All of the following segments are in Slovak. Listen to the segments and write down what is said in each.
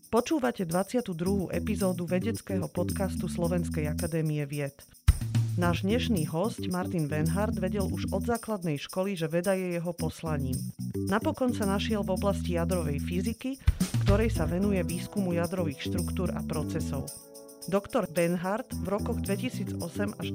Počúvate 22. epizódu vedeckého podcastu Slovenskej akadémie vied. Náš dnešný hosť Martin Wenhardt vedel už od základnej školy, že veda je jeho poslaním. Napokon sa našiel v oblasti jadrovej fyziky, ktorej sa venuje výskumu jadrových štruktúr a procesov. Doktor Wenhardt v rokoch 2008 až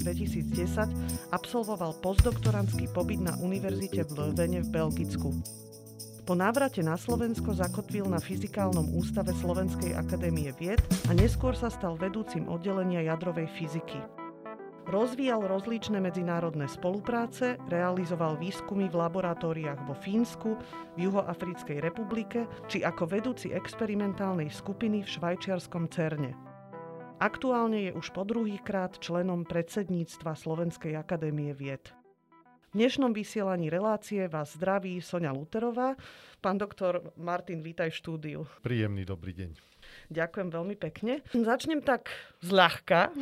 2010 absolvoval postdoktorandský pobyt na univerzite v Leuvene v Belgicku. Po návrate na Slovensko zakotvil na Fyzikálnom ústave Slovenskej akadémie vied a neskôr sa stal vedúcim oddelenia jadrovej fyziky. Rozvíjal rozličné medzinárodné spolupráce, realizoval výskumy v laboratóriách vo Fínsku, v Juhoafrickej republike či ako vedúci experimentálnej skupiny v švajčiarskom Cerne. Aktuálne je už po druhýkrát členom predsedníctva Slovenskej akadémie vied. V dnešnom vysielaní relácie vás zdraví Soňa Luterová. Pán doktor Martin, vítaj v štúdiu. Príjemný dobrý deň. Ďakujem veľmi pekne. Začnem tak zľahka.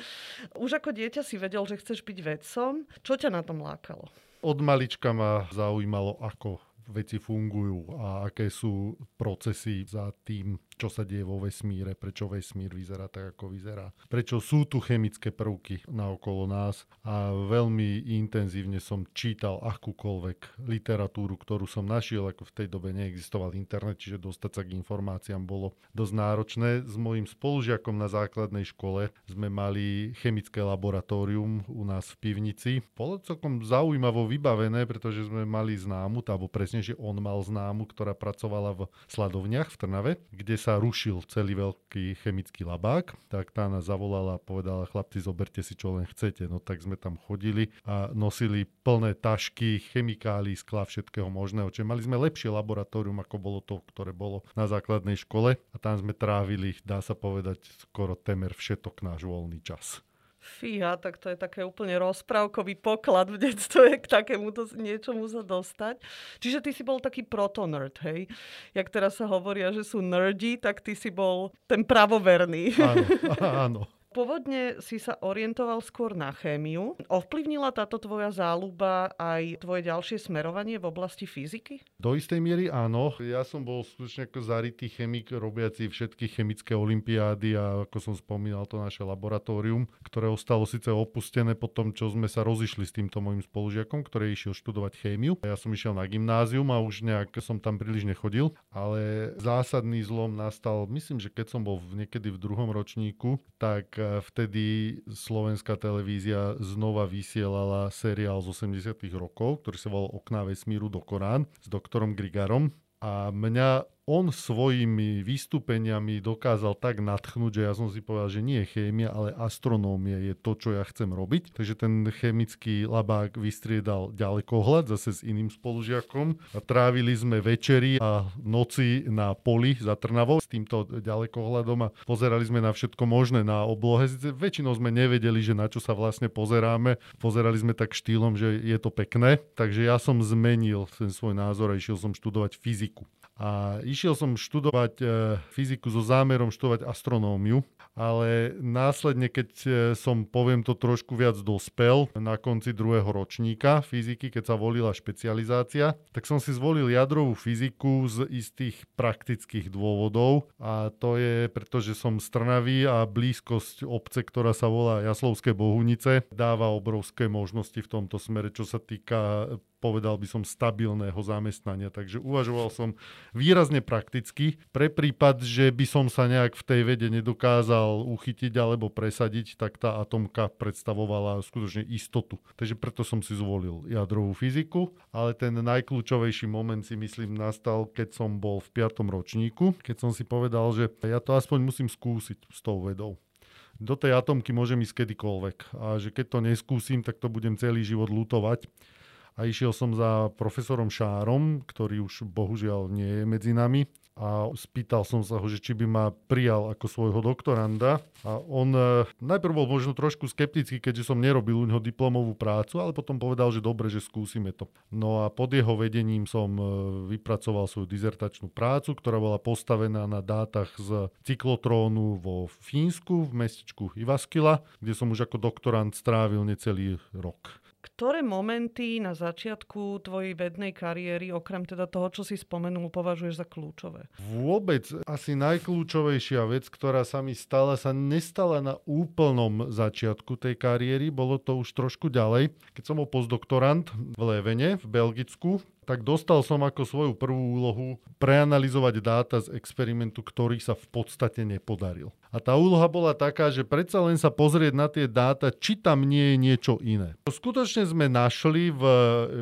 Už ako dieťa si vedel, že chceš byť vedcom. Čo ťa na tom lákalo? Od malička ma zaujímalo, ako veci fungujú a aké sú procesy za tým, čo sa deje vo vesmíre, prečo vesmír vyzerá tak, ako vyzerá. Prečo sú tu chemické prvky naokolo nás a veľmi intenzívne som čítal akúkoľvek literatúru, ktorú som našiel, ako v tej dobe neexistoval internet, čiže dostať sa k informáciám bolo dosť náročné. S mojím spolužiakom na základnej škole sme mali chemické laboratórium u nás v pivnici. Bolo celkom zaujímavo vybavené, pretože sme mali známu, alebo presne, že on mal známu, ktorá pracovala v Sladovniach v Trnave, kde sa rušil celý veľký chemický labák, tak tá nás zavolala a povedala: chlapci, zoberte si čo len chcete. No tak sme tam chodili a nosili plné tašky chemikálií, skla, všetkého možného. Čiže mali sme lepšie laboratórium, ako bolo to, ktoré bolo na základnej škole, a tam sme trávili, dá sa povedať, skoro temer všetok náš voľný čas. Fíha, tak to je také úplne rozprávkový poklad v detstve, k takémuto niečomu sa dostať. Čiže ty si bol taký proto-nerd, hej? Jak teraz sa hovoria, že sú nerdi, tak ty si bol ten pravoverný. Áno, áno. Pôvodne si sa orientoval skôr na chémiu. Ovplyvnila táto tvoja záľuba aj tvoje ďalšie smerovanie v oblasti fyziky? Do istej miery áno. Ja som bol skutočne ako zarytý chemik, robiaci všetky chemické olympiády a ako som spomínal, to naše laboratórium, ktoré ostalo síce opustené po tom, čo sme sa rozišli s týmto môjim spolužiakom, ktorý išiel študovať chémiu. Ja som išiel na gymnázium a už nejak som tam príliš nechodil, ale zásadný zlom nastal, myslím, že keď som bol niekedy v 2. ročníku, tak vtedy slovenská televízia znova vysielala seriál z 80. rokov, ktorý sa volal Okná vesmíru do Korán s doktorom Grigarom. A mňa on svojimi vystúpeniami dokázal tak nadchnúť, že ja som si povedal, že nie chémia, ale astronómia je to, čo ja chcem robiť. Takže ten chemický labák vystriedal ďalekohľad zase s iným spolužiakom. A trávili sme večery a noci na poli za Trnavou s týmto ďalekohľadom a pozerali sme na všetko možné na oblohe. Väčšinou sme nevedeli, že na čo sa vlastne pozeráme. Pozerali sme tak štýlom, že je to pekné. Takže ja som zmenil ten svoj názor a išiel som študovať fyziku. A išiel som študovať fyziku so zámerom študovať astronómiu, ale následne, keď som, poviem to, trošku viac dospel na konci 2. ročníka fyziky, keď sa volila špecializácia, tak som si zvolil jadrovú fyziku z istých praktických dôvodov. A to je preto, že som z Trnavy a blízkosť obce, ktorá sa volá Jaslovské Bohunice, dáva obrovské možnosti v tomto smere, čo sa týka, povedal by som, stabilného zamestnania. Takže uvažoval som výrazne prakticky. Pre prípad, že by som sa nejak v tej vede nedokázal uchytiť alebo presadiť, tak tá atomka predstavovala skutočne istotu. Takže preto som si zvolil jadrovú fyziku. Ale ten najkľúčovejší moment, si myslím, nastal, keď som bol v 5. ročníku, keď som si povedal, že ja to aspoň musím skúsiť s tou vedou. Do tej atomky môžem ísť kedykoľvek. A že keď to neskúsim, tak to budem celý život ľutovať. A išiel som za profesorom Šárom, ktorý už bohužiaľ nie je medzi nami. A spýtal som sa ho, že či by ma prijal ako svojho doktoranda. A on najprv bol možno trošku skeptický, keďže som nerobil u neho diplomovú prácu, ale potom povedal, že dobre, že skúsime to. No a pod jeho vedením som vypracoval svoju dizertačnú prácu, ktorá bola postavená na dátach z cyklotrónu vo Fínsku, v mestečku Jyväskylä, kde som už ako doktorand strávil necelý rok. Ktoré momenty na začiatku tvojej vednej kariéry, okrem teda toho, čo si spomenul, považuješ za kľúčové? Vôbec asi najkľúčovejšia vec, ktorá sa mi stala, sa nestala na úplnom začiatku tej kariéry, bolo to už trošku ďalej. Keď som bol postdoktorant v Levene v Belgicku, tak dostal som ako svoju prvú úlohu preanalyzovať dáta z experimentu, ktorý sa v podstate nepodaril. A tá úloha bola taká, že predsa len sa pozrieť na tie dáta, či tam nie je niečo iné. Skutočne sme našli v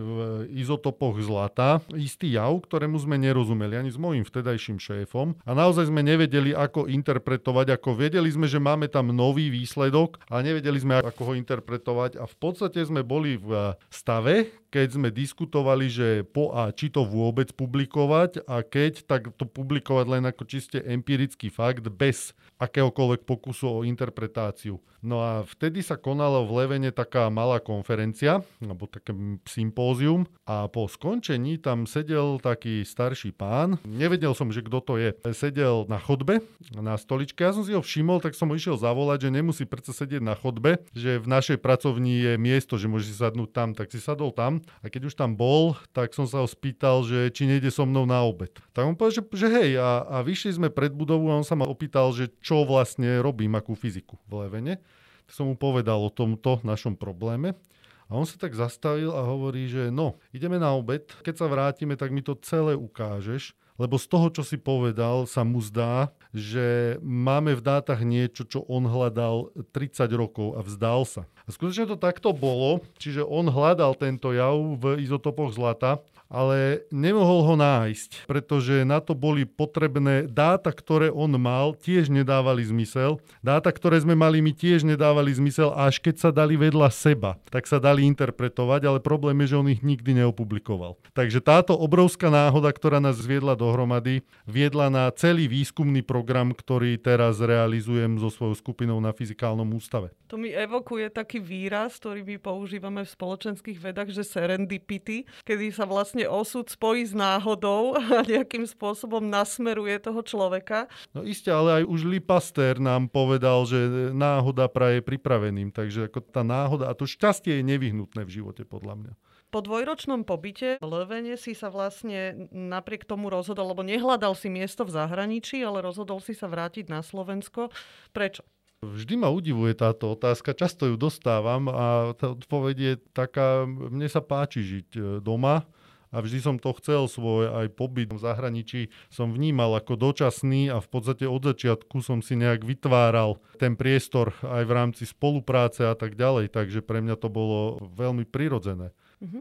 izotopoch zlata istý jav, ktorému sme nerozumeli ani s mojím vtedajším šéfom a naozaj sme nevedeli, ako interpretovať, ako vedeli sme, že máme tam nový výsledok, ale nevedeli sme, ako ho interpretovať a v podstate sme boli v stave, keď sme diskutovali, že či to vôbec publikovať a keď, tak to publikovať len ako čiste empirický fakt bez akéhokoľvek pokusu o interpretáciu. No a vtedy sa konala v Levene taká malá konferencia, alebo také sympózium a po skončení tam sedel taký starší pán. Nevedel som, že kto to je. Sedel na chodbe, na stoličke. Ja som si ho všimol, tak som ho išiel zavolať, že nemusí predsa sedieť na chodbe, že v našej pracovni je miesto, že môže si sadnúť tam, tak si sadol tam. A keď už tam bol, tak som sa ho spýtal, že či nejde so mnou na obed. Tak on povedal, že hej, a vyšli sme pred budovu a on sa ma opýtal, že čo vlastne robím, akú fyziku v Levene. Tak som mu povedal o tomto našom probléme. A on sa tak zastavil a hovorí, že ideme na obed, keď sa vrátime, tak mi to celé ukážeš, lebo z toho, čo si povedal, sa mu zdá, že máme v dátach niečo, čo on hľadal 30 rokov a vzdal sa. A skutočne to takto bolo, čiže on hľadal tento jav v izotopoch zlata, ale nemohol ho nájsť, pretože na to boli potrebné dáta, ktoré on mal, tiež nedávali zmysel. Dáta, ktoré sme mali, mi tiež nedávali zmysel, až keď sa dali vedľa seba, tak sa dali interpretovať, ale problém je, že on ich nikdy neopublikoval. Takže táto obrovská náhoda, ktorá nás zviedla dohromady, viedla na celý výskumný program, ktorý teraz realizujem so svojou skupinou na Fyzikálnom ústave. To mi evokuje taký výraz, ktorý my používame v spoločenských vedách, že serendipity, kedy sa vlastne osud spojí s náhodou a nejakým spôsobom nasmeruje toho človeka. No iste, ale aj už Louis Pasteur nám povedal, že náhoda praje pripraveným, takže ako tá náhoda a to šťastie je nevyhnutné v živote podľa mňa. Po dvojročnom pobyte v Levene si sa vlastne napriek tomu rozhodol, lebo nehľadal si miesto v zahraničí, ale rozhodol si sa vrátiť na Slovensko. Prečo? Vždy ma udivuje táto otázka, často ju dostávam a tá odpoveď je taká, mne sa páči žiť doma a vždy som to chcel, svoj aj pobyt v zahraničí som vnímal ako dočasný a v podstate od začiatku som si nejak vytváral ten priestor aj v rámci spolupráce a tak ďalej, takže pre mňa to bolo veľmi prirodzené.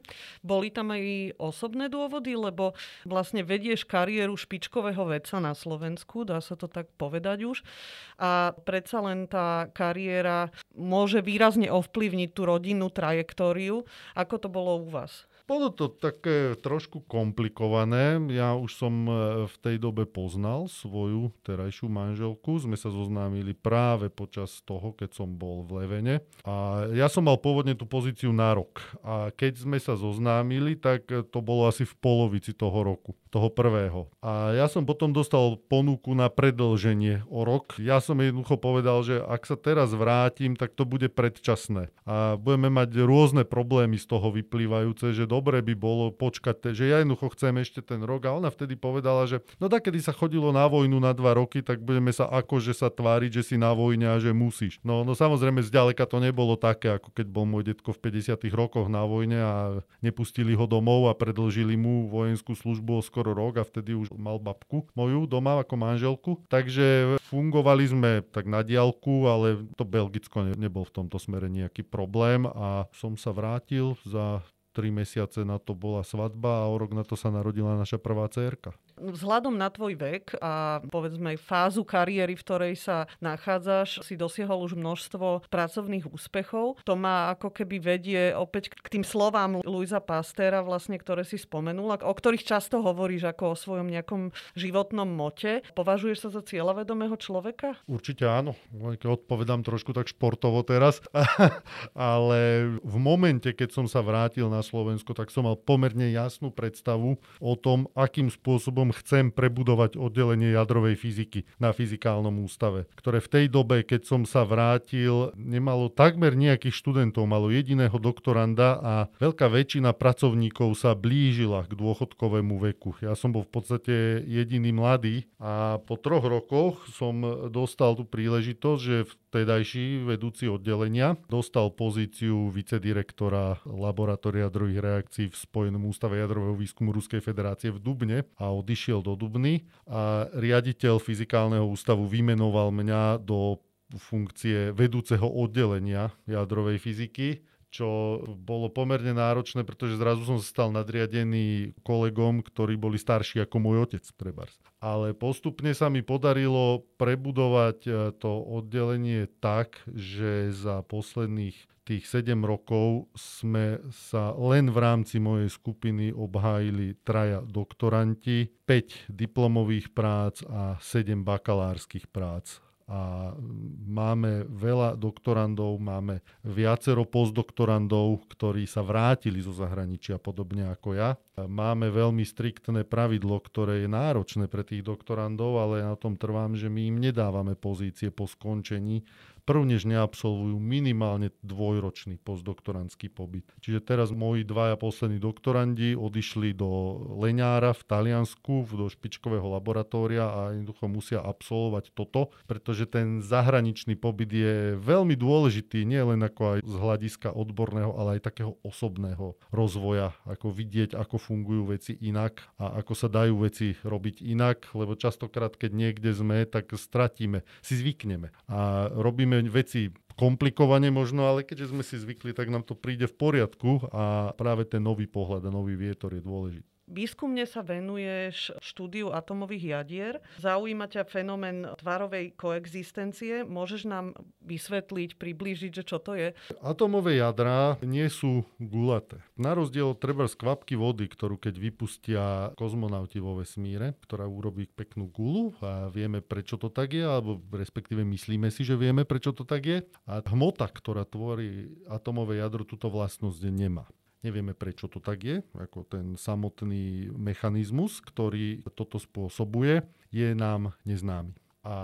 Boli tam aj osobné dôvody, lebo vlastne vedieš kariéru špičkového vedca na Slovensku, dá sa to tak povedať už. A predsa len tá kariéra môže výrazne ovplyvniť tú rodinnú trajektóriu. Ako to bolo u vás? Bolo to také trošku komplikované. Ja už som v tej dobe poznal svoju terajšiu manželku. Sme sa zoznámili práve počas toho, keď som bol v Levene. A ja som mal pôvodne tú pozíciu na rok. A keď sme sa zoznámili, tak to bolo asi v polovici toho roku, toho prvého. A ja som potom dostal ponuku na predĺženie o rok. Ja som jednoducho povedal, že ak sa teraz vrátim, tak to bude predčasné. A budeme mať rôzne problémy z toho vyplývajúce, že dobre by bolo počkať, že ja jednoducho chcem ešte ten rok. A ona vtedy povedala, že kedy sa chodilo na vojnu na 2 roky, tak budeme sa akože sa tváriť, že si na vojne a že musíš. No samozrejme zďaleka to nebolo také, ako keď bol môj detko v 50. rokoch na vojne a nepustili ho domov a predĺžili mu vojenskú službu o skoro rok a vtedy už mal babku moju doma ako manželku. Takže fungovali sme tak na diaľku, ale to Belgicko nebol v tomto smere nejaký problém a som sa vrátil za 3 mesiace na to bola svadba a o rok na to sa narodila naša prvá dcérka. Vzhľadom na tvoj vek a povedzme fázu kariéry, v ktorej sa nachádzaš, si dosiahol už množstvo pracovných úspechov. To ma ako keby vedie opäť k tým slovám Louisa Pasteura, vlastne, ktoré si spomenula, o ktorých často hovoríš ako o svojom nejakom životnom mote. Považuješ sa za cieľavedomého človeka? Určite áno. Odpovedám trošku tak športovo teraz. Ale v momente, keď som sa vrátil na Slovensko, tak som mal pomerne jasnú predstavu o tom, akým spôsobom chcem prebudovať oddelenie jadrovej fyziky na Fyzikálnom ústave, ktoré v tej dobe, keď som sa vrátil, nemalo takmer nejakých študentov, malo jediného doktoranda a veľká väčšina pracovníkov sa blížila k dôchodkovému veku. Ja som bol v podstate jediný mladý a po 3 rokoch som dostal tú príležitosť, že vtedajší vedúci oddelenia dostal pozíciu vicedirektora laboratória jadrových reakcií v Spojenom ústave jadrového výskumu Ruskej federácie v Dubne a odišiel do Dubny a riaditeľ Fyzikálneho ústavu vymenoval mňa do funkcie vedúceho oddelenia jadrovej fyziky, čo bolo pomerne náročné, pretože zrazu som sa stal nadriadený kolegom, ktorí boli starší ako môj otec, trebárs. Ale postupne sa mi podarilo prebudovať to oddelenie tak, že za posledných tých 7 rokov sme sa len v rámci mojej skupiny obhájili 3 doktoranti, 5 diplomových prác a 7 bakalárskych prác. A máme veľa doktorandov, máme viacero postdoktorandov, ktorí sa vrátili zo zahraničia podobne ako ja. Máme veľmi striktné pravidlo, ktoré je náročné pre tých doktorandov, ale na tom trvám, že my im nedávame pozície po skončení, než neabsolvujú minimálne 2-ročný postdoktorandský pobyt. Čiže teraz moji 2 poslední doktorandi odišli do Leňára v Taliansku, do špičkového laboratória a jednoducho musia absolvovať toto, pretože ten zahraničný pobyt je veľmi dôležitý, nie len ako aj z hľadiska odborného, ale aj takého osobného rozvoja, ako vidieť, ako fungujú veci inak a ako sa dajú veci robiť inak, lebo častokrát, keď niekde sme, tak stratíme, si zvykneme a robíme veci komplikovane možno, ale keďže sme si zvykli, tak nám to príde v poriadku a práve ten nový pohľad a nový vietor je dôležitý. Výskumne sa venuješ štúdiu atomových jadier. Zaujíma ťa fenomén tvarovej koexistencie. Môžeš nám vysvetliť, priblížiť, že čo to je? Atomové jadrá nie sú gulaté. Na rozdiel od trebárs kvapky vody, ktorú keď vypustia kozmonauti vo vesmíre, ktorá urobí peknú gulu a vieme, prečo to tak je, alebo respektíve myslíme si, že vieme, prečo to tak je. A hmota, ktorá tvorí atomové jadro, túto vlastnosť nemá. Nevieme, prečo to tak je, ako ten samotný mechanizmus, ktorý toto spôsobuje, je nám neznámy. A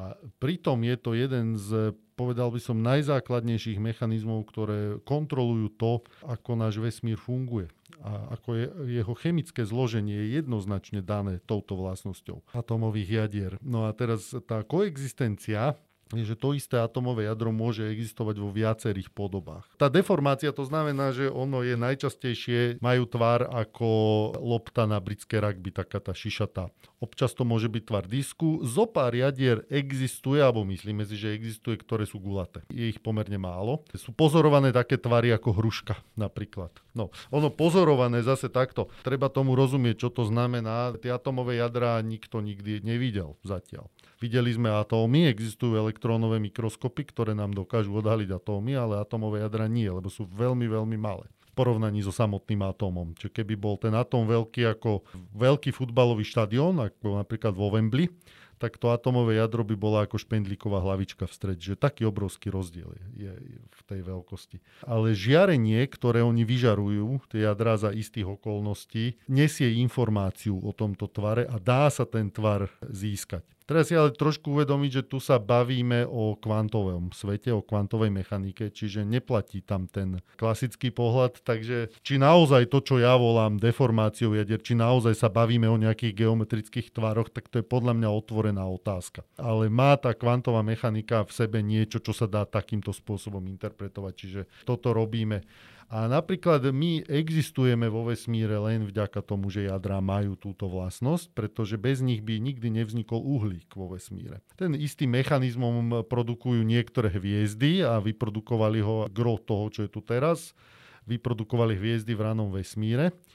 pritom je to jeden z, povedal by som, najzákladnejších mechanizmov, ktoré kontrolujú to, ako náš vesmír funguje. A ako je jeho chemické zloženie je jednoznačne dané touto vlastnosťou atomových jadier. No a teraz tá koexistencia je, že to isté atomové jadro môže existovať vo viacerých podobách. Tá deformácia to znamená, že ono je najčastejšie, majú tvar ako lopta na britské rugby, taká tá šišatá. Občas to môže byť tvar disku. Zopár jadier existuje, alebo myslíme si, že existuje, ktoré sú gulaté. Je ich pomerne málo. Sú pozorované také tvary ako hruška napríklad. No, ono pozorované zase takto. Treba tomu rozumieť, čo to znamená. Tie atomové jadrá nikto nikdy nevidel zatiaľ. Videli sme atómy, existujú elektrónové mikroskopy, ktoré nám dokážu odhaliť atómy, ale atómové jadra nie, lebo sú veľmi, veľmi malé v porovnaní so samotným atómom. Čiže keby bol ten atóm veľký ako veľký futbalový štadión, ako napríklad vo Wembley, tak to atómové jadro by bola ako špendlíková hlavička v strede. Že taký obrovský rozdiel je v tej veľkosti. Ale žiarenie, ktoré oni vyžarujú, tie jadrá za istých okolností, nesie informáciu o tomto tvare a dá sa ten tvar získať. Teraz si ale trošku uvedomiť, že tu sa bavíme o kvantovom svete, o kvantovej mechanike, čiže neplatí tam ten klasický pohľad, takže či naozaj to, čo ja volám deformáciou jadier, či naozaj sa bavíme o nejakých geometrických tvaroch, tak to je podľa mňa otvorená otázka. Ale má tá kvantová mechanika v sebe niečo, čo sa dá takýmto spôsobom interpretovať, čiže toto robíme. A napríklad my existujeme vo vesmíre len vďaka tomu, že jadrá majú túto vlastnosť, pretože bez nich by nikdy nevznikol uhlík vo vesmíre. Ten istý mechanizmom produkujú niektoré hviezdy a vyprodukovali ho gro toho, čo je tu teraz. Vyprodukovali hviezdy v ranom vesmíre.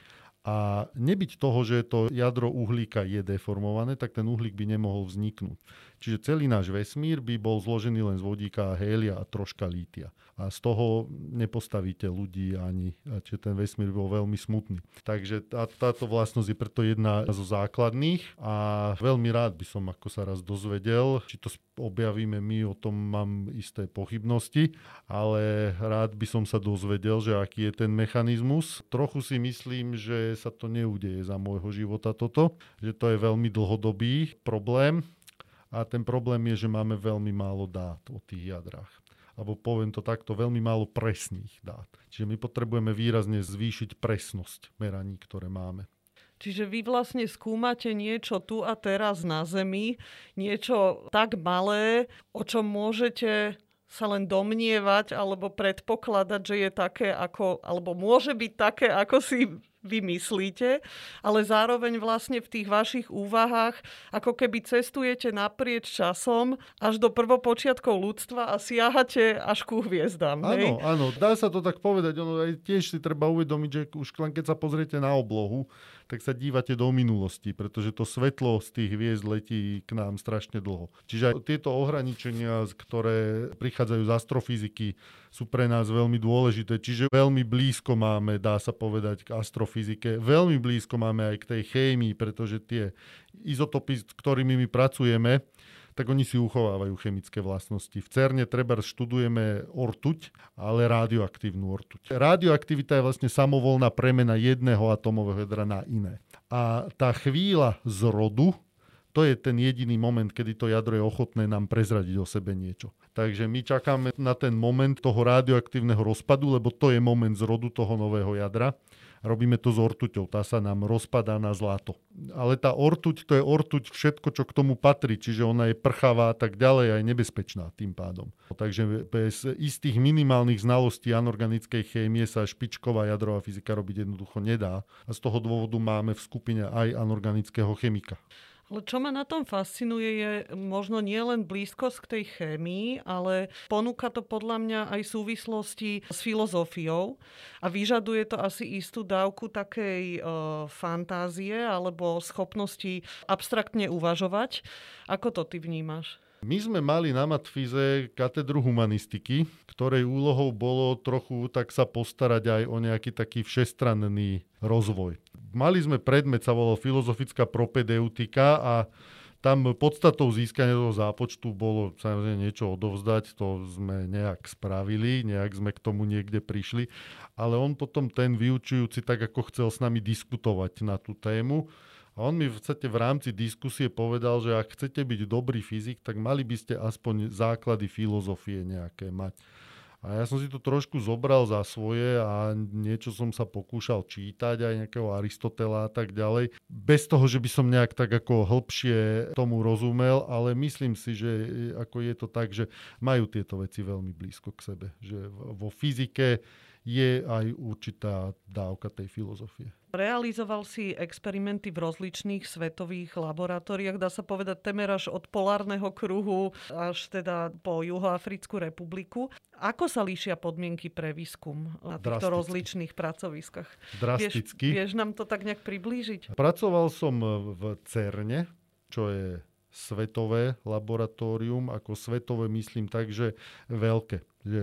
A nebyť toho, že to jadro uhlíka je deformované, tak ten uhlík by nemohol vzniknúť. Čiže celý náš vesmír by bol zložený len z vodíka a hélia a troška lítia. A z toho nepostavíte ľudí ani, čiže ten vesmír bol veľmi smutný. Takže táto vlastnosť je preto jedna zo základných a veľmi rád by som ako sa raz dozvedel, či to objavíme my, o tom mám isté pochybnosti, ale rád by som sa dozvedel, že aký je ten mechanizmus. Trochu si myslím, že sa to neudeje za môjho života toto, že to je veľmi dlhodobý problém. A ten problém je, že máme veľmi málo dát o tých jadrách. Alebo poviem to takto, veľmi málo presných dát. Čiže my potrebujeme výrazne zvýšiť presnosť meraní, ktoré máme. Čiže vy vlastne skúmate niečo tu a teraz na Zemi, niečo tak malé, o čom môžete sa len domnievať alebo predpokladať, že je také ako, alebo môže byť také, ako si vy myslíte, ale zároveň vlastne v tých vašich úvahách ako keby cestujete naprieč časom až do prvopočiatkov ľudstva a siahate až ku hviezdám. Áno, áno, dá sa to tak povedať. Ono aj tiež si treba uvedomiť, že už len keď sa pozriete na oblohu, tak sa dívate do minulosti, pretože to svetlo z tých hviezd letí k nám strašne dlho. Čiže aj tieto ohraničenia, ktoré prichádzajú z astrofyziky, sú pre nás veľmi dôležité. Čiže veľmi blízko máme, dá sa povedať, k astrofyzike. Veľmi blízko máme aj k tej chémii, pretože tie izotopy, s ktorými my pracujeme, tak oni si uchovávajú chemické vlastnosti. V CERNe treba študujeme ortuť, ale radioaktívnu ortuť. Radioaktivita je vlastne samovolná premena jedného atomového jadra na iné. A tá chvíľa zrodu, to je ten jediný moment, kedy to jadro je ochotné nám prezradiť o sebe niečo. Takže my čakáme na ten moment toho radioaktívneho rozpadu, lebo to je moment zrodu toho nového jadra. Robíme to s ortuťou, tá sa nám rozpadá na zlato. Ale tá ortuť, to je ortuť všetko, čo k tomu patrí, čiže ona je prchavá a tak ďalej a je nebezpečná tým pádom. Takže bez istých minimálnych znalostí anorganickej chémie sa špičková jadrová fyzika robiť jednoducho nedá. A z toho dôvodu máme v skupine aj anorganického chemika. Ale čo ma na tom fascinuje, je možno nie len blízkosť k tej chémii, ale ponúka to podľa mňa aj súvislosti s filozofiou a vyžaduje to asi istú dávku takej fantázie alebo schopnosti abstraktne uvažovať. Ako to ty vnímaš? My sme mali na matfíze katedru humanistiky, ktorej úlohou bolo trochu tak sa postarať aj o nejaký taký všestranný rozvoj. Mali sme predmet, sa volal filozofická propedeutika a tam podstatou získania toho zápočtu bolo samozrejme niečo odovzdať, to sme nejak spravili, nejak sme k tomu niekde prišli, ale on potom ten vyučujúci tak ako chcel s nami diskutovať na tú tému. A on mi v rámci diskusie povedal, že ak chcete byť dobrý fyzik, tak mali by ste aspoň základy filozofie nejaké mať. A ja som si to trošku zobral za svoje a niečo som sa pokúšal čítať, aj nejakého Aristotela a tak ďalej. Bez toho, že by som nejak tak ako hĺbšie tomu rozumel, ale myslím si, že ako je to tak, že majú tieto veci veľmi blízko k sebe. Že vo fyzike je aj určitá dávka tej filozofie. Realizoval si experimenty v rozličných svetových laboratóriách, dá sa povedať temer až od polárneho kruhu až teda po Juhoafrickú republiku. Ako sa líšia podmienky pre výskum na týchto rozličných pracoviskách? Drasticky. Vieš nám to tak nejak priblížiť? Pracoval som v CERNe, čo je svetové laboratórium, ako svetové myslím tak, že veľké. Že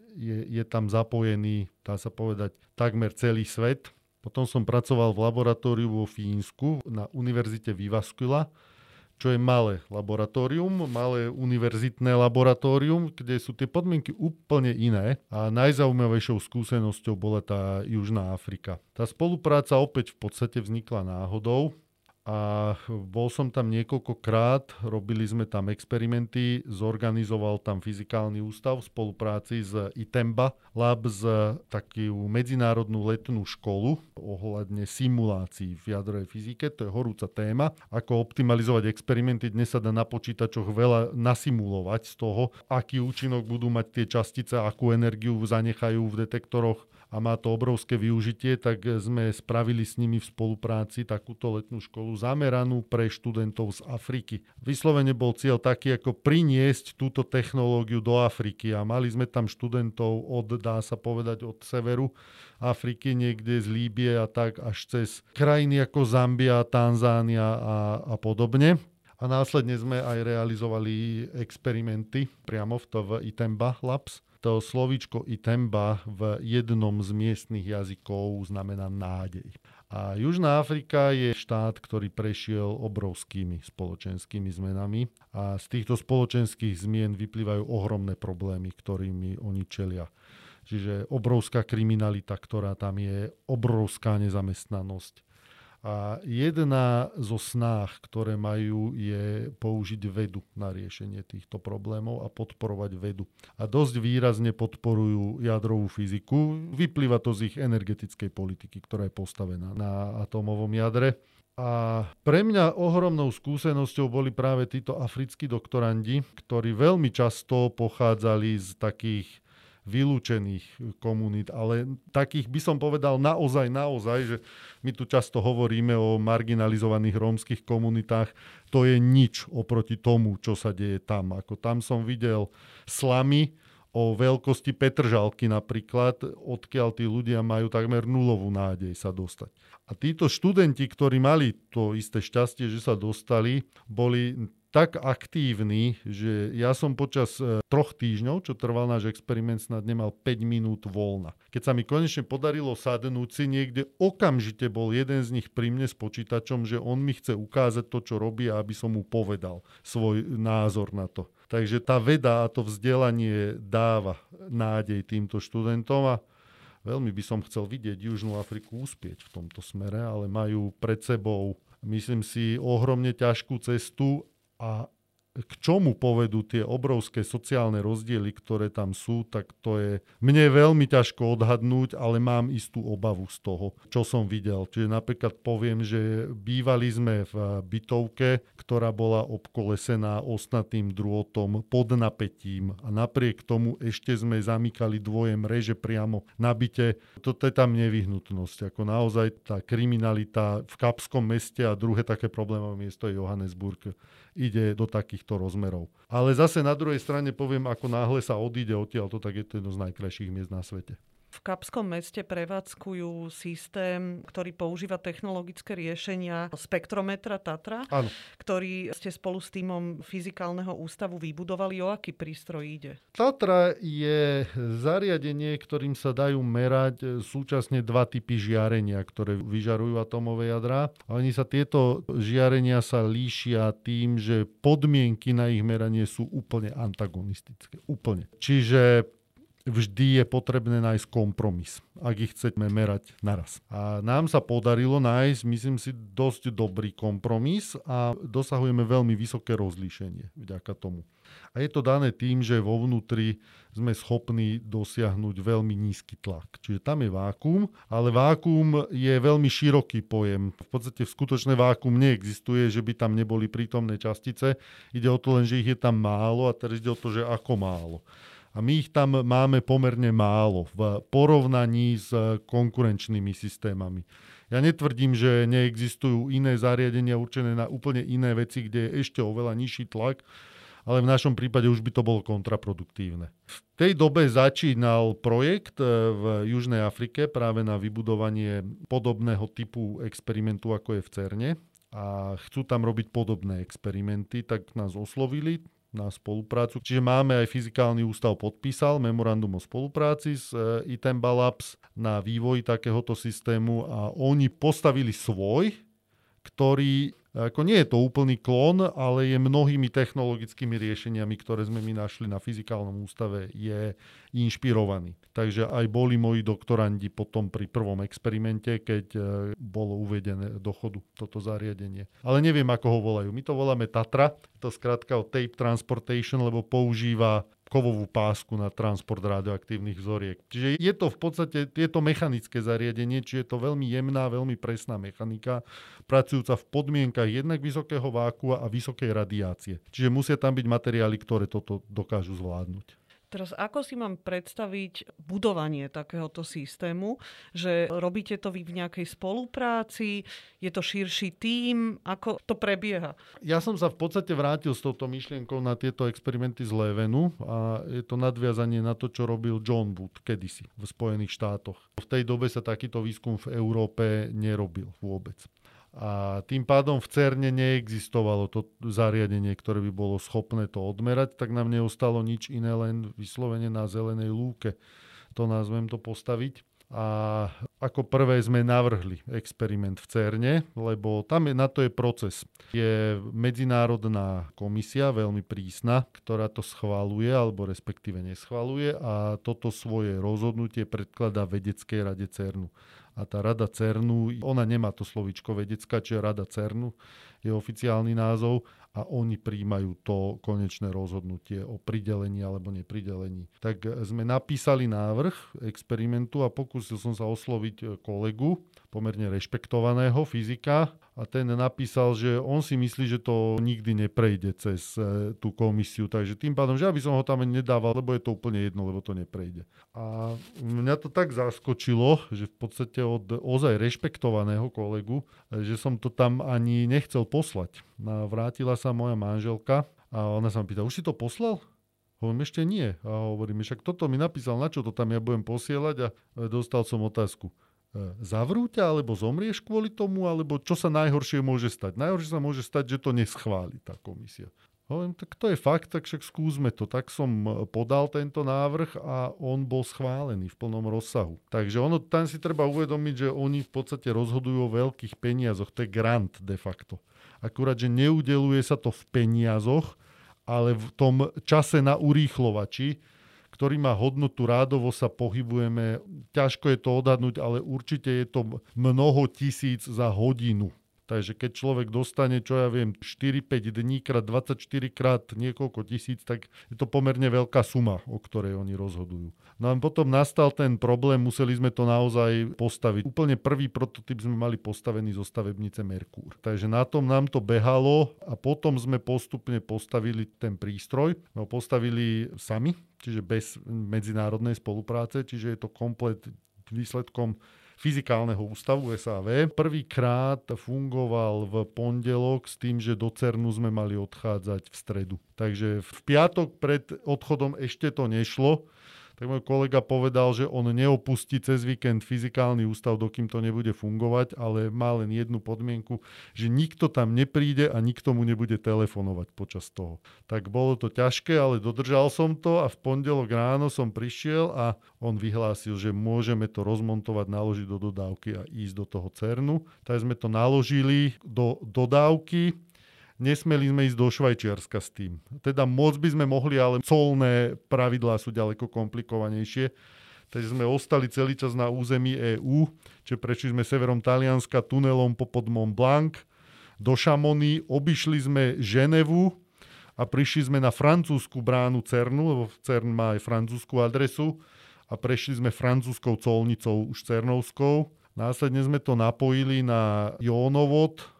je tam zapojený, dá sa povedať, takmer celý svet. Potom som pracoval v laboratóriu vo Fínsku na univerzite Jyväskylä, čo je malé laboratórium, malé univerzitné laboratórium, kde sú tie podmienky úplne iné. A najzaujímavejšou skúsenosťou bola tá Južná Afrika. Tá spolupráca opäť v podstate vznikla náhodou. A bol som tam niekoľkokrát, robili sme tam experimenty, zorganizoval tam fyzikálny ústav v spolupráci s ITEMBA Lab, z takú medzinárodnú letnú školu ohľadne simulácií v jadrovej fyzike. To je horúca téma. Ako optimalizovať experimenty, dnes sa dá na počítačoch veľa nasimulovať z toho, aký účinok budú mať tie častice, akú energiu zanechajú v detektoroch a má to obrovské využitie, tak sme spravili s nimi v spolupráci takúto letnú školu zameranú pre študentov z Afriky. Vyslovene bol cieľ taký, ako priniesť túto technológiu do Afriky a mali sme tam študentov dá sa povedať, od severu Afriky, niekde z Líbie a tak až cez krajiny ako Zambia, Tanzánia a podobne. A následne sme aj realizovali experimenty priamo v Itemba Labs. To slovíčko Itemba v jednom z miestnych jazykov znamená nádej. A Južná Afrika je štát, ktorý prešiel obrovskými spoločenskými zmenami a z týchto spoločenských zmien vyplývajú ohromné problémy, ktorými oni čelia. Čiže obrovská kriminalita, ktorá tam je, obrovská nezamestnanosť. A jedna zo snách, ktoré majú, je použiť vedu na riešenie týchto problémov a podporovať vedu. A dosť výrazne podporujú jadrovú fyziku. Vyplýva to z ich energetickej politiky, ktorá je postavená na atómovom jadre. A pre mňa ohromnou skúsenosťou boli práve títo africkí doktorandi, ktorí veľmi často pochádzali z takých vylúčených komunít, ale takých by som povedal naozaj, že my tu často hovoríme o marginalizovaných rómskych komunitách, to je nič oproti tomu, čo sa deje tam. Ako tam som videl slamy o veľkosti Petržalky napríklad, odkiaľ tí ľudia majú takmer nulovú nádej sa dostať. A títo študenti, ktorí mali to isté šťastie, že sa dostali, boli tak aktívny, že ja som počas 3 týždňov, čo trval náš experiment, snad nemal 5 minút voľna. Keď sa mi konečne podarilo sadnúť si niekde, okamžite bol jeden z nich pri mne s počítačom, že on mi chce ukázať to, čo robí, a aby som mu povedal svoj názor na to. Takže tá veda a to vzdelanie dáva nádej týmto študentom a veľmi by som chcel vidieť Južnú Afriku uspieť v tomto smere, ale majú pred sebou, myslím si, ohromne ťažkú cestu. A k čomu povedú tie obrovské sociálne rozdiely, ktoré tam sú, tak to je mne veľmi ťažko odhadnúť, ale mám istú obavu z toho, čo som videl. Čiže napríklad poviem, že bývali sme v bytovke, ktorá bola obkolesená ostnatým drôtom pod napätím a napriek tomu ešte sme zamykali dvoje mreže priamo na byte. Toto je tam nevyhnutnosť. Ako naozaj tá kriminalita v Kapskom meste a druhé také problémové miesto je Johannesburg. Ide do takýchto rozmerov. Ale zase na druhej strane poviem, ako náhle sa odíde odtiaľto, tak je to jedno z najkrajších miest na svete. V Kapskom meste prevádzkujú systém, ktorý používa technologické riešenia spektrometra Tatra, áno, ktorý ste spolu s tímom Fyzikálneho ústavu vybudovali. O aký prístroj ide? Tatra je zariadenie, ktorým sa dajú merať súčasne dva typy žiarenia, ktoré vyžarujú atómové jadrá. A tieto žiarenia sa líšia tým, že podmienky na ich meranie sú úplne antagonistické. Úplne. Čiže vždy je potrebné nájsť kompromis, ak ich chceme merať naraz. A nám sa podarilo nájsť, myslím si, dosť dobrý kompromis a dosahujeme veľmi vysoké rozlíšenie vďaka tomu. A je to dané tým, že vo vnútri sme schopní dosiahnuť veľmi nízky tlak. Čiže tam je vákuum, ale vákuum je veľmi široký pojem. V podstate v skutočné vákuum neexistuje, že by tam neboli prítomné častice. Ide o to len, že ich je tam málo a teraz ide o to, že ako málo. A my ich tam máme pomerne málo v porovnaní s konkurenčnými systémami. Ja netvrdím, že neexistujú iné zariadenia určené na úplne iné veci, kde je ešte oveľa nižší tlak, ale v našom prípade už by to bolo kontraproduktívne. V tej dobe začínal projekt v Južnej Afrike práve na vybudovanie podobného typu experimentu, ako je v CERNe. A chcú tam robiť podobné experimenty, tak nás oslovili na spoluprácu. Čiže máme aj Fyzikálny ústav podpísal memorandum o spolupráci s Itemba Labs na vývoj takéhoto systému a oni postavili svoj, ktorý, ako nie je to úplný klon, ale je mnohými technologickými riešeniami, ktoré sme my našli na Fyzikálnom ústave, je inšpirovaný. Takže aj boli moji doktorandi potom pri prvom experimente, keď bolo uvedené do chodu toto zariadenie. Ale neviem, ako ho volajú. My to voláme Tatra, to skrátka o tape transportation, lebo používa kovovú pásku na transport radioaktívnych vzoriek. Čiže je to v podstate mechanické zariadenie, čiže je to veľmi jemná, veľmi presná mechanika, pracujúca v podmienkach jednak vysokého vákua a vysokej radiácie. Čiže musia tam byť materiály, ktoré toto dokážu zvládnuť. Teraz ako si mám predstaviť budovanie takéhoto systému, že robíte to vy v nejakej spolupráci, je to širší tím, ako to prebieha? Ja som sa v podstate vrátil s touto myšlienkou na tieto experimenty z Levenu a je to nadviazanie na to, čo robil John Wood kedysi v Spojených štátoch. V tej dobe sa takýto výskum v Európe nerobil vôbec. A tým pádom v CERNe neexistovalo to zariadenie, ktoré by bolo schopné to odmerať, tak nám neostalo nič iné, len vyslovene na zelenej lúke. To nazvem to postaviť. A ako prvé sme navrhli experiment v CERNe, lebo tam na to je proces. Je medzinárodná komisia, veľmi prísna, ktorá to schvaľuje, alebo respektíve neschvaľuje a toto svoje rozhodnutie predkladá vedeckej rade CERNu. A tá rada CERNu, ona nemá to slovíčko vedecká, čiže rada CERNu je oficiálny názov a oni príjmajú to konečné rozhodnutie o pridelení alebo nepridelení. Tak sme napísali návrh experimentu a pokúsil som sa osloviť kolegu, pomerne rešpektovaného fyzika, a ten napísal, že on si myslí, že to nikdy neprejde cez tú komisiu. Takže tým pádom, že aby som ho tam nedával, lebo je to úplne jedno, lebo to neprejde. A mňa to tak zaskočilo, že v podstate od ozaj rešpektovaného kolegu, že som to tam ani nechcel poslať. A vrátila sa moja manželka a ona sa ma pýta, už si to poslal? Hovorím, ešte nie. A hovorím, však toto mi napísal, na čo to tam ja budem posielať, a dostal som otázku. Zavrú ťa, alebo zomrieš kvôli tomu, alebo čo sa najhoršie môže stať? Najhoršie sa môže stať, že to neschváli tá komisia. Hovorím, tak to je fakt, tak však skúsme to. Tak som podal tento návrh a on bol schválený v plnom rozsahu. Takže tam si treba uvedomiť, že oni v podstate rozhodujú o veľkých peniazoch. To je grant de facto. Akurát, že neudeluje sa to v peniazoch, ale v tom čase na urýchlovači, ktorý má hodnotu, rádovo sa pohybujeme, ťažko je to odhadnúť, ale určite je to mnoho tisíc za hodinu. Takže keď človek dostane, čo ja viem, 4-5 dní krát 24 krát niekoľko tisíc, tak je to pomerne veľká suma, o ktorej oni rozhodujú. No a potom nastal ten problém, museli sme to naozaj postaviť. Úplne prvý prototyp sme mali postavený zo stavebnice Merkúr. Takže na tom nám to behalo a potom sme postupne postavili ten prístroj. No postavili sami, čiže bez medzinárodnej spolupráce, čiže je to komplet výsledkom Fyzikálneho ústavu SAV. Prvýkrát fungoval v pondelok s tým, že do CERNu sme mali odchádzať v stredu. Takže v piatok pred odchodom ešte to nešlo. Tak môj kolega povedal, že on neopustí cez víkend Fyzikálny ústav, dokým to nebude fungovať, ale má len jednu podmienku, že nikto tam nepríde a nikto mu nebude telefonovať počas toho. Tak bolo to ťažké, ale dodržal som to a v pondelok ráno som prišiel a on vyhlásil, že môžeme to rozmontovať, naložiť do dodávky a ísť do toho CERNu. Tak sme to naložili do dodávky. Nesmeli sme ísť do Švajčiarska s tým. Teda môcť by sme mohli, ale colné pravidlá sú ďaleko komplikovanejšie. Takže sme ostali celý čas na území EÚ, čiže prešli sme severom Talianska tunelom popod Mont Blanc do Chamonix, obišli sme Ženevu a prišli sme na francúzsku bránu CERNu, lebo CERN má aj francúzsku adresu, a prešli sme francúzskou colnicou, už cernovskou. Následne sme to napojili na jónovod,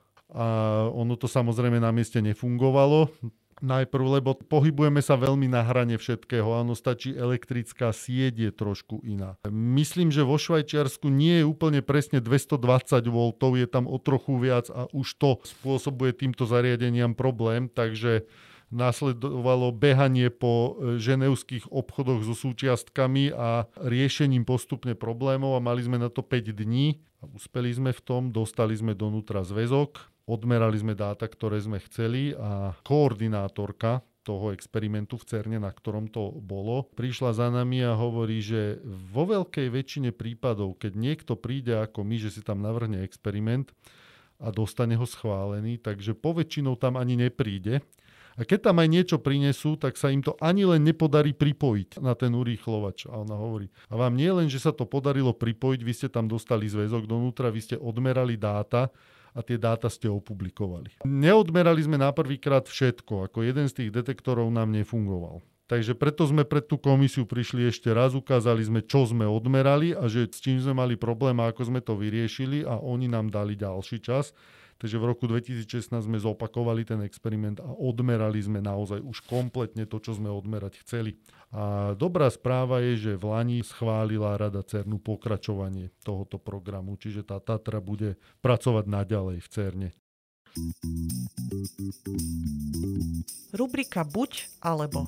a ono to samozrejme na mieste nefungovalo. Najprv, lebo pohybujeme sa veľmi na hrane všetkého. Áno, stačí elektrická sieť, je trošku iná. Myslím, že vo Švajčiarsku nie je úplne presne 220 V, je tam o trochu viac a už to spôsobuje týmto zariadeniam problém, takže nasledovalo behanie po ženevských obchodoch so súčiastkami a riešením postupne problémov a mali sme na to 5 dní. Uspeli sme v tom, dostali sme donútra zväzok, odmerali sme dáta, ktoré sme chceli a koordinátorka toho experimentu v CERNe, na ktorom to bolo, prišla za nami a hovorí, že vo veľkej väčšine prípadov, keď niekto príde ako my, že si tam navrhne experiment a dostane ho schválený, takže poväčšinou tam ani nepríde. A keď tam aj niečo prinesú, tak sa im to ani len nepodarí pripojiť na ten urýchlovač. A ona hovorí, a vám nie len, že sa to podarilo pripojiť, vy ste tam dostali zväzok donútra, vy ste odmerali dáta a tie dáta ste opublikovali. Neodmerali sme na prvýkrát všetko, ako jeden z tých detektorov nám nefungoval. Takže preto sme pred tú komisiu prišli ešte raz, ukázali sme, čo sme odmerali a že s čím sme mali problém a ako sme to vyriešili a oni nám dali ďalší čas. Takže v roku 2016 sme zopakovali ten experiment a odmerali sme naozaj už kompletne to, čo sme odmerať chceli. A dobrá správa je, že v lani schválila Rada CERNu pokračovanie tohoto programu, čiže tá Tatra bude pracovať naďalej v CERNe. Rubrika Buď alebo.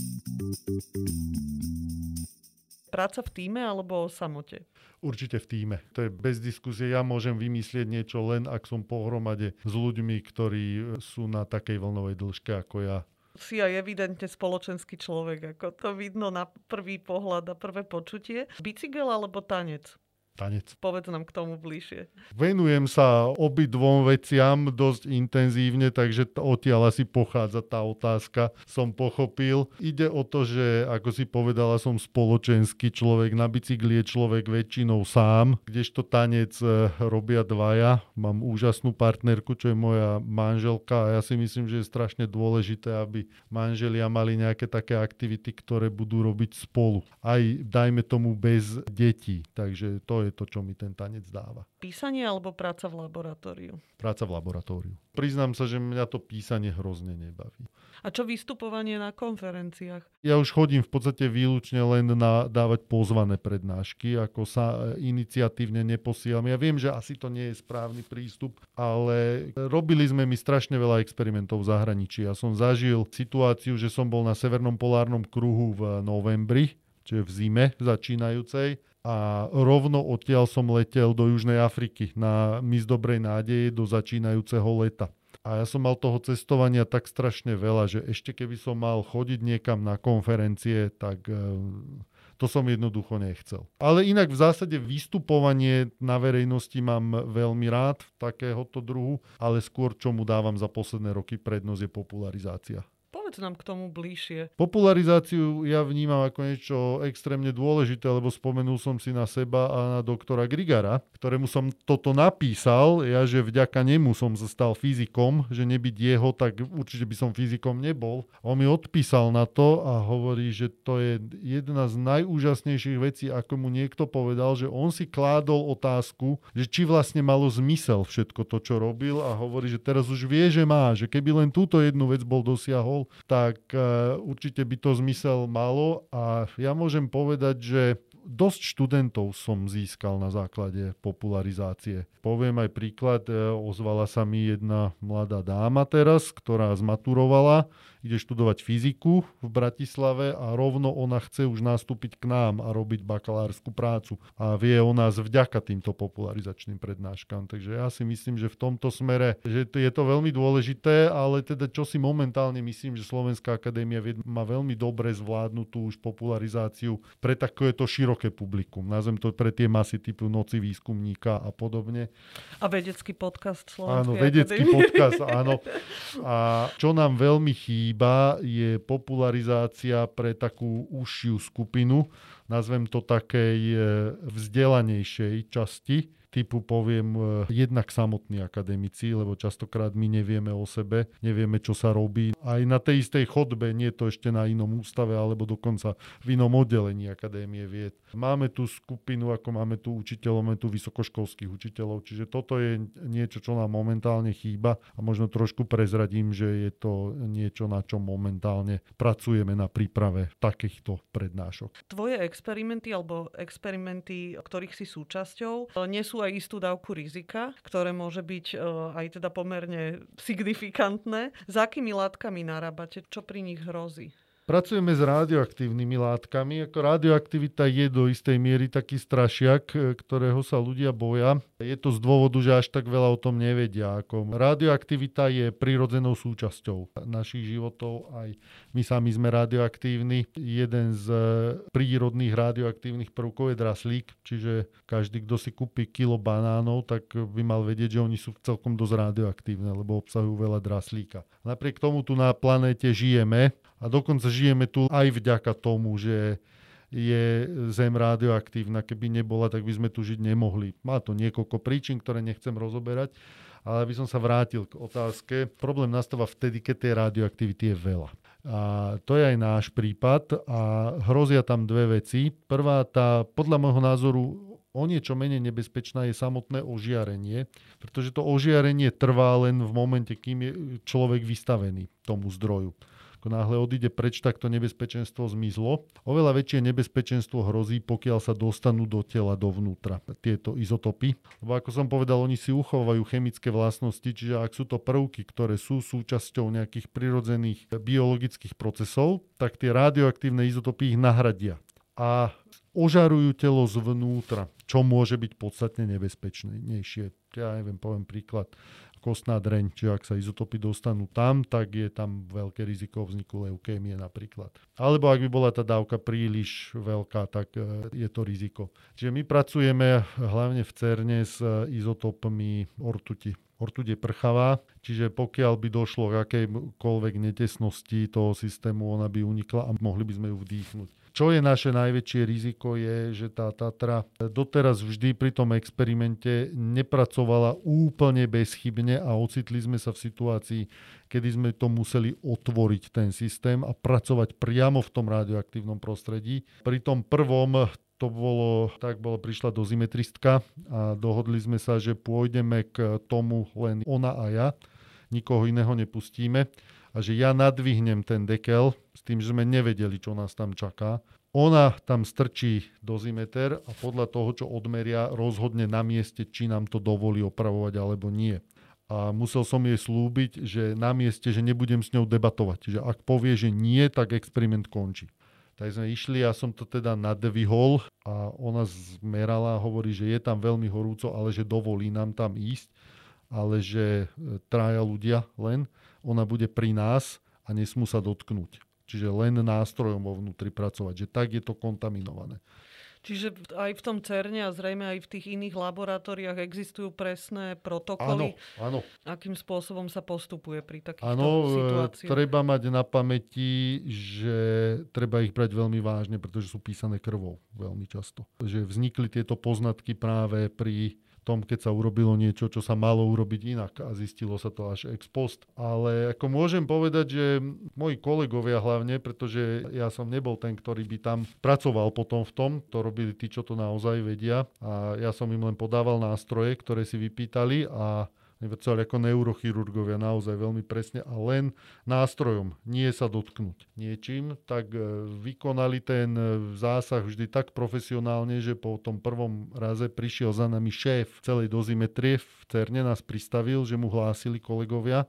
Práca v tíme alebo o samote? Určite v tíme. To je bez diskusie. Ja môžem vymyslieť niečo len, ak som pohromade s ľuďmi, ktorí sú na takej vlnovej dĺžke ako ja. Si aj evidentne spoločenský človek, ako to vidno na prvý pohľad a prvé počutie. Bicykel alebo tanec? Tanec. Povedz nám k tomu bližšie. Venujem sa obidvom veciam dosť intenzívne, takže odtiaľ asi pochádza tá otázka, som pochopil. Ide o to, že ako si povedala, som spoločenský človek, na bicykli je človek väčšinou sám, kdežto tanec robia dvaja. Mám úžasnú partnerku, čo je moja manželka a ja si myslím, že je strašne dôležité, aby manželia mali nejaké také aktivity, ktoré budú robiť spolu. Aj dajme tomu bez detí, takže to je to, čo mi ten tanec dáva. Písanie alebo práca v laboratóriu? Práca v laboratóriu. Priznám sa, že mňa to písanie hrozne nebaví. A čo vystupovanie na konferenciách? Ja už chodím v podstate výlučne len na dávať pozvané prednášky, ako sa iniciatívne neposielam. Ja viem, že asi to nie je správny prístup, ale robili sme mi strašne veľa experimentov v zahraničí. Ja som zažil situáciu, že som bol na Severnom polárnom kruhu v novembri, čiže v zime začínajúcej. A rovno odtiaľ som letel do Južnej Afriky na mys Dobrej nádeje do začínajúceho leta. A ja som mal toho cestovania tak strašne veľa, že ešte keby som mal chodiť niekam na konferencie, tak to som jednoducho nechcel. Ale inak v zásade vystupovanie na verejnosti mám veľmi rád takéhoto druhu, ale skôr čomu dávam za posledné roky prednosť je popularizácia. Povedz nám k tomu bližšie. Popularizáciu ja vnímam ako niečo extrémne dôležité, lebo spomenul som si na seba a na doktora Grigara, ktorému som toto napísal. Ja, že vďaka nemu som sa stal fyzikom, že nebyť jeho, tak určite by som fyzikom nebol. On mi odpísal na to a hovorí, že to je jedna z najúžasnejších vecí, ako mu niekto povedal, že on si kládol otázku, že či vlastne malo zmysel všetko to, čo robil a hovorí, že teraz už vie, že má, že keby len túto jednu vec bol dosiahol, tak určite by to zmysel malo a ja môžem povedať, že dosť študentov som získal na základe popularizácie. Poviem aj príklad, ozvala sa mi jedna mladá dáma teraz, ktorá zmaturovala, ide študovať fyziku v Bratislave a rovno ona chce už nastúpiť k nám a robiť bakalársku prácu. A vie o nás vďaka týmto popularizačným prednáškam. Takže ja si myslím, že v tomto smere, že je to veľmi dôležité, ale teda čo si momentálne myslím, že Slovenská akadémia vied má veľmi dobre zvládnutú už popularizáciu pre takéto široké publikum. Nazvem to pre tie masy typu Noci výskumníka a podobne. A vedecký podcast Slovenskej akadémie. Áno, vedecký podcast, áno. A čo nám veľmi chýba, je popularizácia pre takú užšiu skupinu, nazvem to takej vzdelanejšej časti, typu poviem jednak samotní akademici, lebo častokrát my nevieme o sebe, nevieme, čo sa robí. Aj na tej istej chodbe, nie to ešte na inom ústave, alebo dokonca v inom oddelení Akadémie vied. Máme tu skupinu, ako máme tu učiteľov, máme tu vysokoškolských učiteľov, čiže toto je niečo, čo nám momentálne chýba a možno trošku prezradím, že je to niečo, na čom momentálne pracujeme na príprave takýchto prednášok. Tvoje experimenty alebo experimenty, ktorých si súčasťou, nesú aj istú dávku rizika, ktoré môže byť aj teda pomerne signifikantné. S akými látkami narábate? Čo pri nich hrozí? Pracujeme s radioaktívnymi látkami. Ako radioaktivita je do istej miery taký strašiak, ktorého sa ľudia boja. Je to z dôvodu, že až tak veľa o tom nevedia. Ako radioaktivita je prirodzenou súčasťou našich životov. Aj my sami sme radioaktívni. Jeden z prírodných radioaktívnych prvkov je draslík. Čiže každý, kto si kúpi kilo banánov, tak by mal vedieť, že oni sú celkom dosť radioaktívne, lebo obsahujú veľa draslíka. Napriek tomu tu na planéte žijeme. A dokonca žijeme tu aj vďaka tomu, že je Zem radioaktívna. Keby nebola, tak by sme tu žiť nemohli. Má to niekoľko príčin, ktoré nechcem rozoberať, ale aby som sa vrátil k otázke. Problém nastáva vtedy, keď tej radioaktivity je veľa. A to je aj náš prípad a hrozia tam dve veci. Prvá, tá podľa môjho názoru O niečo menej nebezpečná je samotné ožiarenie, pretože to ožiarenie trvá len v momente, kým je človek vystavený tomu zdroju. Ako náhle odíde preč, tak to nebezpečenstvo zmizlo. Oveľa väčšie nebezpečenstvo hrozí, pokiaľ sa dostanú do tela dovnútra tieto izotopy. Lebo ako som povedal, oni si uchovajú chemické vlastnosti, čiže ak sú to prvky, ktoré sú súčasťou nejakých prirodzených biologických procesov, tak tie radioaktívne izotopy ich nahradia a ožarujú telo zvnútra, čo môže byť podstatne nebezpečnejšie. Ja neviem, poviem príklad, kostná dreň, čiže ak sa izotopy dostanú tam, tak je tam veľké riziko vzniku leukémie napríklad. Alebo ak by bola tá dávka príliš veľká, tak je to riziko. Čiže my pracujeme hlavne v CERNe s izotopmi ortuti. Ortuť je prchavá, čiže pokiaľ by došlo k akejkoľvek netesnosti toho systému, ona by unikla a mohli by sme ju vdýchnuť. Čo je naše najväčšie riziko je, že tá Tatra doteraz vždy pri tom experimente nepracovala úplne bezchybne a ocitli sme sa v situácii, kedy sme to museli otvoriť ten systém a pracovať priamo v tom radioaktívnom prostredí. Pri tom prvom prišla dozimetristka a dohodli sme sa, že pôjdeme k tomu len ona a ja, nikoho iného nepustíme a že ja nadvihnem ten dekel s tým, že sme nevedeli, čo nás tam čaká. Ona tam strčí dozimeter a podľa toho, čo odmeria, rozhodne na mieste, či nám to dovolí opravovať alebo nie. A musel som jej slúbiť, že na mieste, že nebudem s ňou debatovať. Že ak povie, že nie, tak experiment končí. Tak sme išli, ja som to teda nadvihol a ona zmerala a hovorí, že je tam veľmi horúco, ale že dovolí nám tam ísť, ale že traja ľudia len, ona bude pri nás a nesmú sa dotknúť. Čiže len nástrojom vo vnútri pracovať, že tak je to kontaminované. Čiže aj v tom CERNe a zrejme aj v tých iných laboratóriách existujú presné protokoly? Áno. Akým spôsobom sa postupuje pri takýchto situáciách? Treba mať na pamäti, že treba ich brať veľmi vážne, pretože sú písané krvou veľmi často. Že vznikli tieto poznatky práve pri tom, keď sa urobilo niečo, čo sa malo urobiť inak a zistilo sa to až ex post. Ale ako môžem povedať, že moji kolegovia hlavne, pretože ja som nebol ten, ktorý by tam pracoval potom v tom, to robili tí, čo to naozaj vedia a ja som im len podával nástroje, ktoré si vypýtali a celé ako neurochirurgovia naozaj veľmi presne a len nástrojom, nie sa dotknúť niečím, tak vykonali ten zásah vždy tak profesionálne, že po tom prvom raze prišiel za nami šéf celej dozimetrie v CERNe, nás pristavil, že mu hlásili kolegovia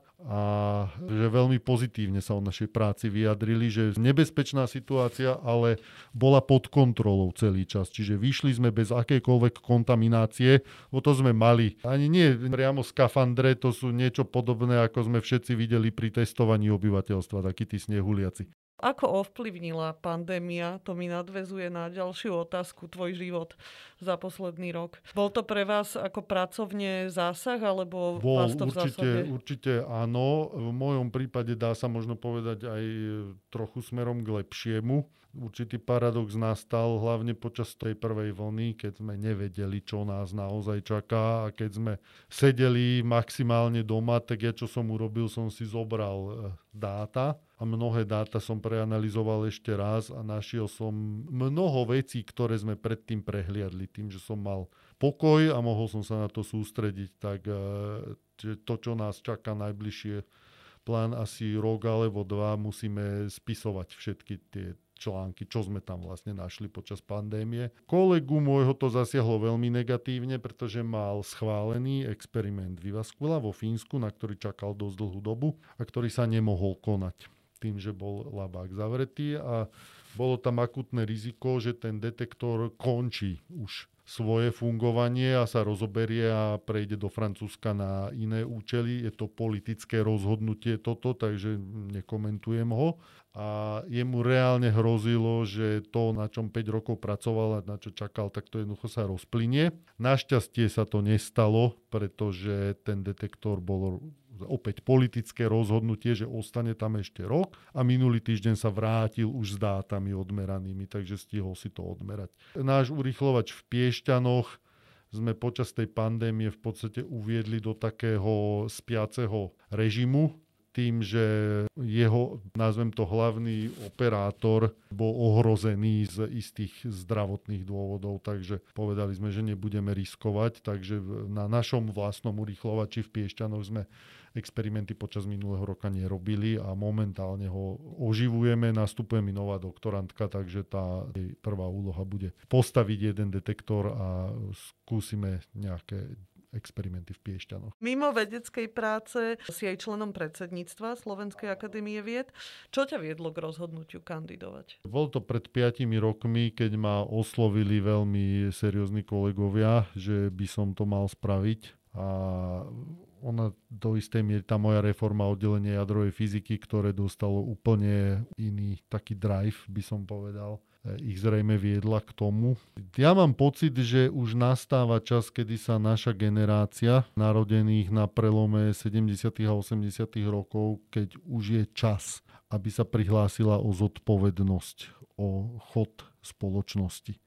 a že veľmi pozitívne sa o našej práci vyjadrili, že nebezpečná situácia, ale bola pod kontrolou celý čas. Čiže vyšli sme bez akejkoľvek kontaminácie, bo to sme mali. Ani nie priamo skafandre, to sú niečo podobné, ako sme všetci videli pri testovaní obyvateľstva, takí tí snehuliaci. Ako ovplyvnila pandémia, to mi nadväzuje na ďalšiu otázku, tvoj život za posledný rok. Bol to pre vás ako pracovne zásah, alebo vás to v zásade... Určite áno. V mojom prípade dá sa možno povedať aj trochu smerom k lepšiemu. Určitý paradox nastal hlavne počas tej prvej vlny, keď sme nevedeli, čo nás naozaj čaká a keď sme sedeli maximálne doma, tak ja čo som urobil, som si zobral dáta a mnohé dáta som preanalyzoval ešte raz a našiel som mnoho vecí, ktoré sme predtým prehliadli tým, že som mal pokoj a mohol som sa na to sústrediť. Tak to, čo nás čaká najbližšie, plán asi rok alebo dva, musíme spisovať všetky tie články, čo sme tam vlastne našli počas pandémie. Kolegu môjho to zasiahlo veľmi negatívne, pretože mal schválený experiment Vivaskula vo Fínsku, na ktorý čakal dosť dlhú dobu a ktorý sa nemohol konať tým, že bol labák zavretý a bolo tam akútne riziko, že ten detektor končí už svoje fungovanie a sa rozoberie a prejde do Francúzska na iné účely. Je to politické rozhodnutie toto, takže nekomentujem ho. A jemu reálne hrozilo, že to, na čom 5 rokov pracoval a na čo čakal, tak to jednoducho sa rozplynie. Našťastie sa to nestalo, pretože ten detektor bol opäť politické rozhodnutie, že ostane tam ešte rok a minulý týždeň sa vrátil už s dátami odmeranými, takže stihol si to odmerať. Náš urýchlovač v Piešťanoch sme počas tej pandémie v podstate uviedli do takého spiaceho režimu. tým, že jeho, nazvem to, hlavný operátor bol ohrozený z istých zdravotných dôvodov, takže povedali sme, že nebudeme riskovať, takže na našom vlastnom urýchlovači v Piešťanoch sme experimenty počas minulého roka nerobili a momentálne ho oživujeme, nastupuje mi nová doktorantka, takže tá jej prvá úloha bude postaviť jeden detektor a skúsime nejaké experimenty v Piešťanoch. Mimo vedeckej práce si aj členom predsedníctva Slovenskej akadémie vied. Čo ťa viedlo k rozhodnutiu kandidovať? Bol to pred 5 rokmi, keď ma oslovili veľmi seriózni kolegovia, že by som to mal spraviť. A ona do istej miery, tá moja reforma oddelenia jadrovej fyziky, ktoré dostalo úplne iný taký drive, by som povedal, ich zrejme viedla k tomu. Ja mám pocit, že už nastáva čas, kedy sa naša generácia narodených na prelome 70. a 80. rokov, keď už je čas, aby sa prihlásila o zodpovednosť, o chod spoločnosti.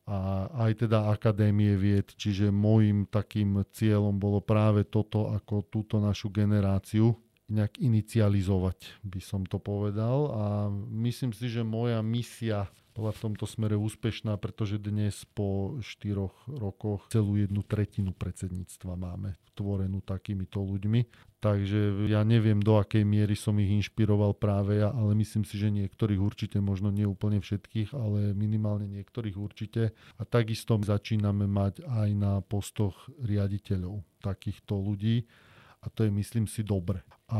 A aj teda Akadémie vied, čiže môjim takým cieľom bolo práve toto, ako túto našu generáciu nejak inicializovať, by som to povedal. A myslím si, že moja misia bola v tomto smere úspešná, pretože dnes po 4 rokoch celú 1/3 predsedníctva máme tvorenú takýmito ľuďmi. Takže ja neviem, do akej miery som ich inšpiroval práve ja, ale myslím si, že niektorých určite, možno nie úplne všetkých, ale minimálne niektorých určite. A takisto začíname mať aj na postoch riaditeľov takýchto ľudí. A to je, myslím si, dobre. A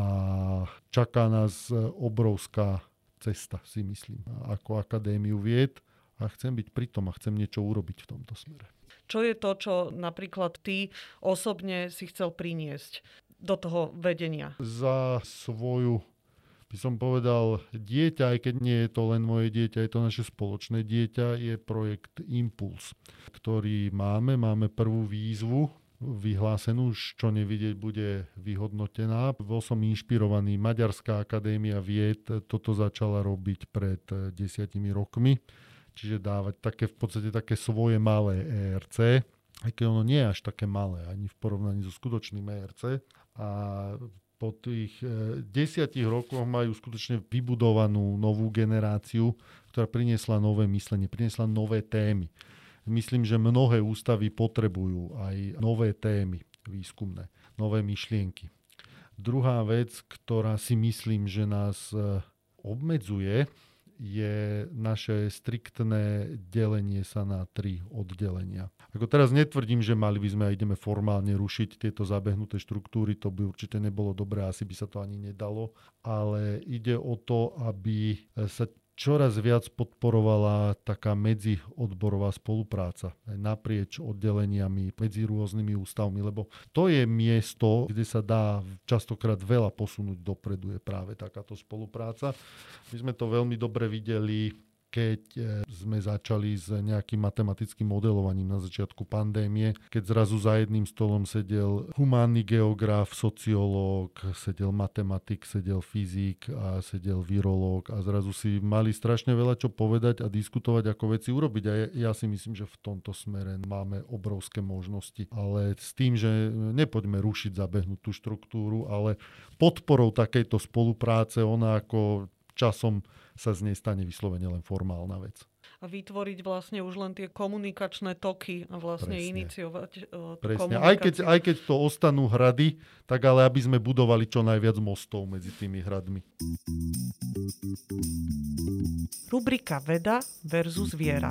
čaká nás obrovská cesta, si myslím, ako Akadémiu vied. A chcem byť pri tom a chcem niečo urobiť v tomto smere. Čo je to, čo napríklad ty osobne si chcel priniesť do toho vedenia? Za svoju, by som povedal, dieťa, aj keď nie je to len moje dieťa, je to naše spoločné dieťa, je projekt Impuls, ktorý máme. Máme prvú výzvu vyhlásenú, čo nevidieť bude vyhodnotená. Bol som inšpirovaný. Maďarská akadémia vied toto začala robiť pred 10 rokmi. Čiže dávať v podstate také svoje malé ERC, aj keď ono nie je až také malé, ani v porovnaní so skutočným ERC. A po tých 10 rokoch majú skutočne vybudovanú novú generáciu, ktorá priniesla nové myslenie, priniesla nové témy. Myslím, že mnohé ústavy potrebujú aj nové témy výskumné, nové myšlienky. Druhá vec, ktorá si myslím, že nás obmedzuje, je naše striktné delenie sa na 3 oddelenia. Ako teraz netvrdím, že mali by sme a ideme formálne rušiť tieto zabehnuté štruktúry, to by určite nebolo dobré, asi by sa to ani nedalo, ale ide o to, aby sa čoraz viac podporovala taká medziodborová spolupráca naprieč oddeleniami, medzi rôznymi ústavmi, lebo to je miesto, kde sa dá častokrát veľa posunúť dopredu, je práve takáto spolupráca. My sme to veľmi dobre videli, keď sme začali s nejakým matematickým modelovaním na začiatku pandémie, keď zrazu za jedným stolom sedel humánny geograf, sociológ, sedel matematik, sedel fyzik a sedel virológ a zrazu si mali strašne veľa čo povedať a diskutovať, ako veci urobiť. A ja si myslím, že v tomto smere máme obrovské možnosti. Ale s tým, že nepoďme rušiť zabehnutú štruktúru, ale podporou takejto spolupráce, ona ako časom sa z nej stane vyslovene len formálna vec. A vytvoriť vlastne už len tie komunikačné toky a vlastne iniciovať Presne. komunikáciu. Aj keď to ostanú hrady, tak ale aby sme budovali čo najviac mostov medzi tými hradmi. Rubrika Veda versus viera.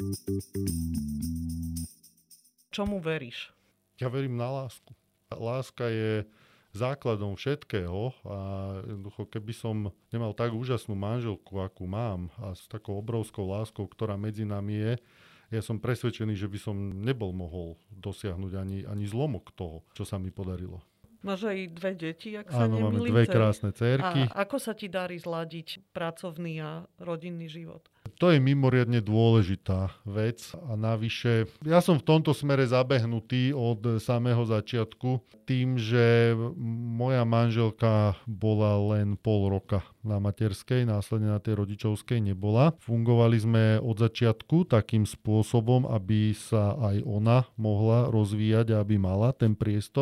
Čomu veríš? Ja verím na lásku. Láska je základom všetkého a jednoducho, keby som nemal tak úžasnú manželku, akú mám a s takou obrovskou láskou, ktorá medzi nami je, ja som presvedčený, že by som nebol mohol dosiahnuť ani zlomok toho, čo sa mi podarilo. Máš aj 2 deti, ak sa Áno, máme nemýlim. 2 krásne dcérky. A ako sa ti darí zladiť pracovný a rodinný život? To je mimoriadne dôležitá vec a navyše ja som v tomto smere zabehnutý od samého začiatku tým, že moja manželka bola len pol roka na materskej, následne na tej rodičovskej nebola. Fungovali sme od začiatku takým spôsobom, aby sa aj ona mohla rozvíjať a aby mala ten priestor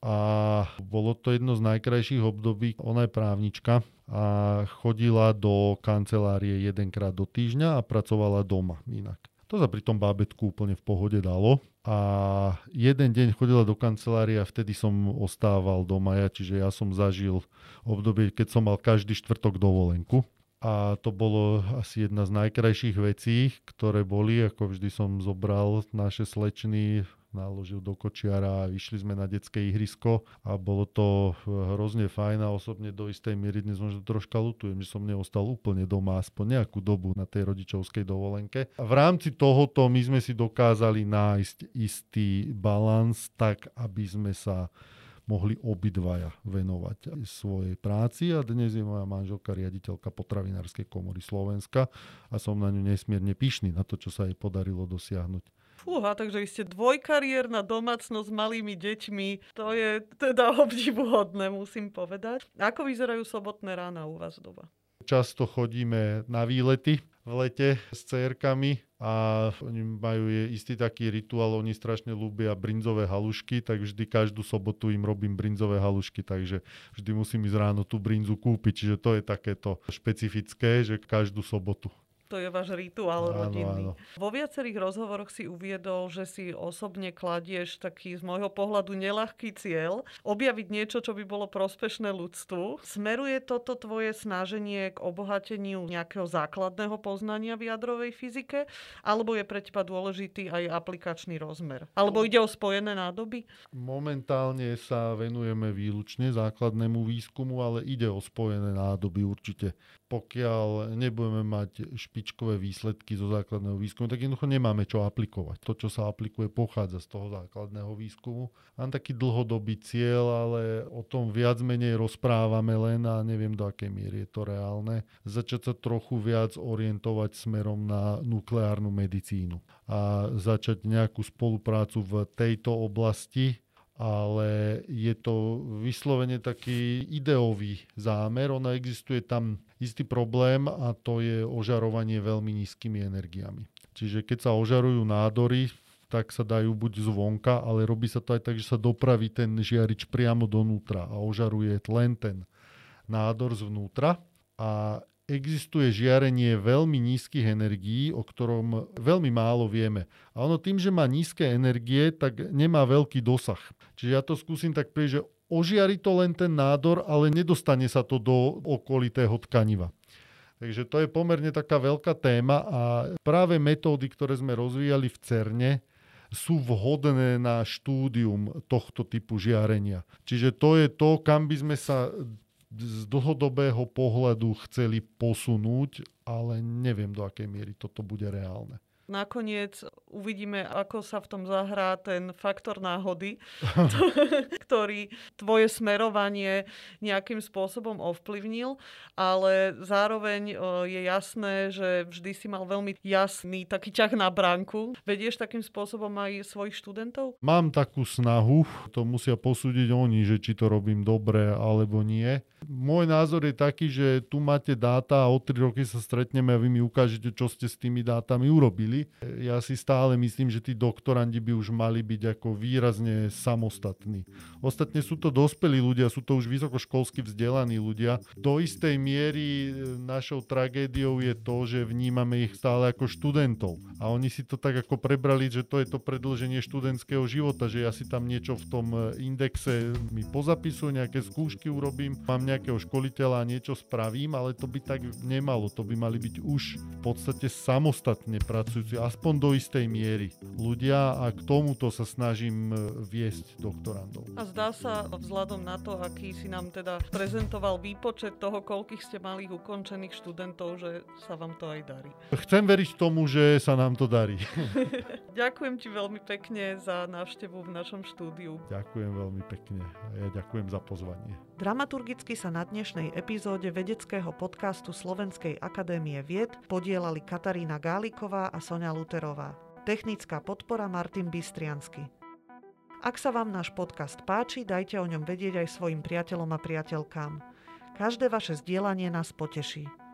a bolo to jedno z najkrajších období. Ona je právnička a chodila do kancelárie jedenkrát do týždňa a pracovala doma inak. To sa pri tom bábätku úplne v pohode dalo. A jeden deň chodila do kancelárie a vtedy som ostával doma čiže ja som zažil obdobie, keď som mal každý štvrtok dovolenku. A to bolo asi jedna z najkrajších vecí, ktoré boli. Ako vždy som zobral naše slečny, naložil do kočiara a išli sme na detské ihrisko a bolo to hrozne fajn a osobne do istej miery dnes možno troška ľutujem, že som neostal úplne doma aspoň nejakú dobu na tej rodičovskej dovolenke. A v rámci tohoto my sme si dokázali nájsť istý balans tak, aby sme sa mohli obidvaja venovať svojej práci a dnes je moja manželka riaditeľka Potravinárskej komory Slovenska a som na ňu nesmierne pyšný na to, čo sa jej podarilo dosiahnuť. Fúha, takže vy ste dvojkariérna domácnosť s malými deťmi. To je teda obdivuhodné, musím povedať. Ako vyzerajú sobotné rána u vás doma? Často chodíme na výlety v lete s dcérkami a oni majú istý taký rituál, oni strašne ľúbia brinzové halušky, tak vždy každú sobotu im robím brinzové halušky, takže vždy musím ísť ráno tú brinzu kúpiť, čiže to je takéto špecifické, že každú sobotu. To je váš rituál rodinný. Áno. Vo viacerých rozhovoroch si uviedol, že si osobne kladieš taký z môjho pohľadu neľahký cieľ objaviť niečo, čo by bolo prospešné ľudstvu. Smeruje toto tvoje snaženie k obohateniu nejakého základného poznania v jadrovej fyzike, alebo je pre teba dôležitý aj aplikačný rozmer? Alebo ide o spojené nádoby? Momentálne sa venujeme výlučne základnému výskumu, ale ide o spojené nádoby určite. Pokiaľ nebudeme mať špičkové výsledky zo základného výskumu, tak jednoducho nemáme čo aplikovať. To, čo sa aplikuje, pochádza z toho základného výskumu. Mám taký dlhodobý cieľ, ale o tom viac menej rozprávame len a neviem, do akej miery je to reálne. Začať sa trochu viac orientovať smerom na nukleárnu medicínu a začať nejakú spoluprácu v tejto oblasti, ale je to vyslovene taký ideový zámer. Ono existuje tam istý problém a to je ožarovanie veľmi nízkymi energiami. Čiže keď sa ožarujú nádory, tak sa dajú buď zvonka, ale robí sa to aj tak, že sa dopraví ten žiarič priamo donútra a ožaruje len ten nádor zvnútra. A existuje žiarenie veľmi nízkych energií, o ktorom veľmi málo vieme. A ono tým, že má nízke energie, tak nemá veľký dosah. Čiže ja to skúsim tak povedať, že ožiari to len ten nádor, ale nedostane sa to do okolitého tkaniva. Takže to je pomerne taká veľká téma a práve metódy, ktoré sme rozvíjali v CERNe, sú vhodné na štúdium tohto typu žiarenia. Čiže to je to, kam by sme sa z dlhodobého pohľadu chceli posunúť, ale neviem, do akej miery toto bude reálne. Nakoniec uvidíme, ako sa v tom zahrá ten faktor náhody, ktorý tvoje smerovanie nejakým spôsobom ovplyvnil, ale zároveň je jasné, že vždy si mal veľmi jasný taký ťah na bránku. Vedieš takým spôsobom aj svojich študentov? Mám takú snahu, to musia posúdiť oni, že či to robím dobre alebo nie. Môj názor je taký, že tu máte dáta a o 3 roky sa stretneme a vy mi ukážete, čo ste s tými dátami urobili. Ja si stále myslím, že tí doktorandi by už mali byť ako výrazne samostatní. Ostatne sú to dospelí ľudia, sú to už vysokoškolsky vzdelaní ľudia. Do istej miery našou tragédiou je to, že vnímame ich stále ako študentov. A oni si to tak ako prebrali, že to je to predĺženie študentského života, že ja si tam niečo v tom indexe mi pozapisujem, nejaké skúšky urobím, mám nejakého školiteľa a niečo spravím, ale to by tak nemalo. To by mali byť už v podstate samostatne pracujúci, aspoň do istej miery ľudia a k tomuto sa snažím viesť doktorandov. A zdá sa, vzhľadom na to, aký si nám teda prezentoval výpočet toho, koľkých ste mali ukončených študentov, že sa vám to aj darí. Chcem veriť tomu, že sa nám to darí. Ďakujem ti veľmi pekne za návštevu v našom štúdiu. Ďakujem veľmi pekne a ja ďakujem za pozvanie. Dramaturgicky sa na dnešnej epizóde vedeckého podcastu Slovenskej akadémie vied podielali Katarína Gáliková a Soňa Luterová. Technická podpora Martin Bystriansky. Ak sa vám náš podcast páči, dajte o ňom vedieť aj svojim priateľom a priateľkám. Každé vaše zdieľanie nás poteší.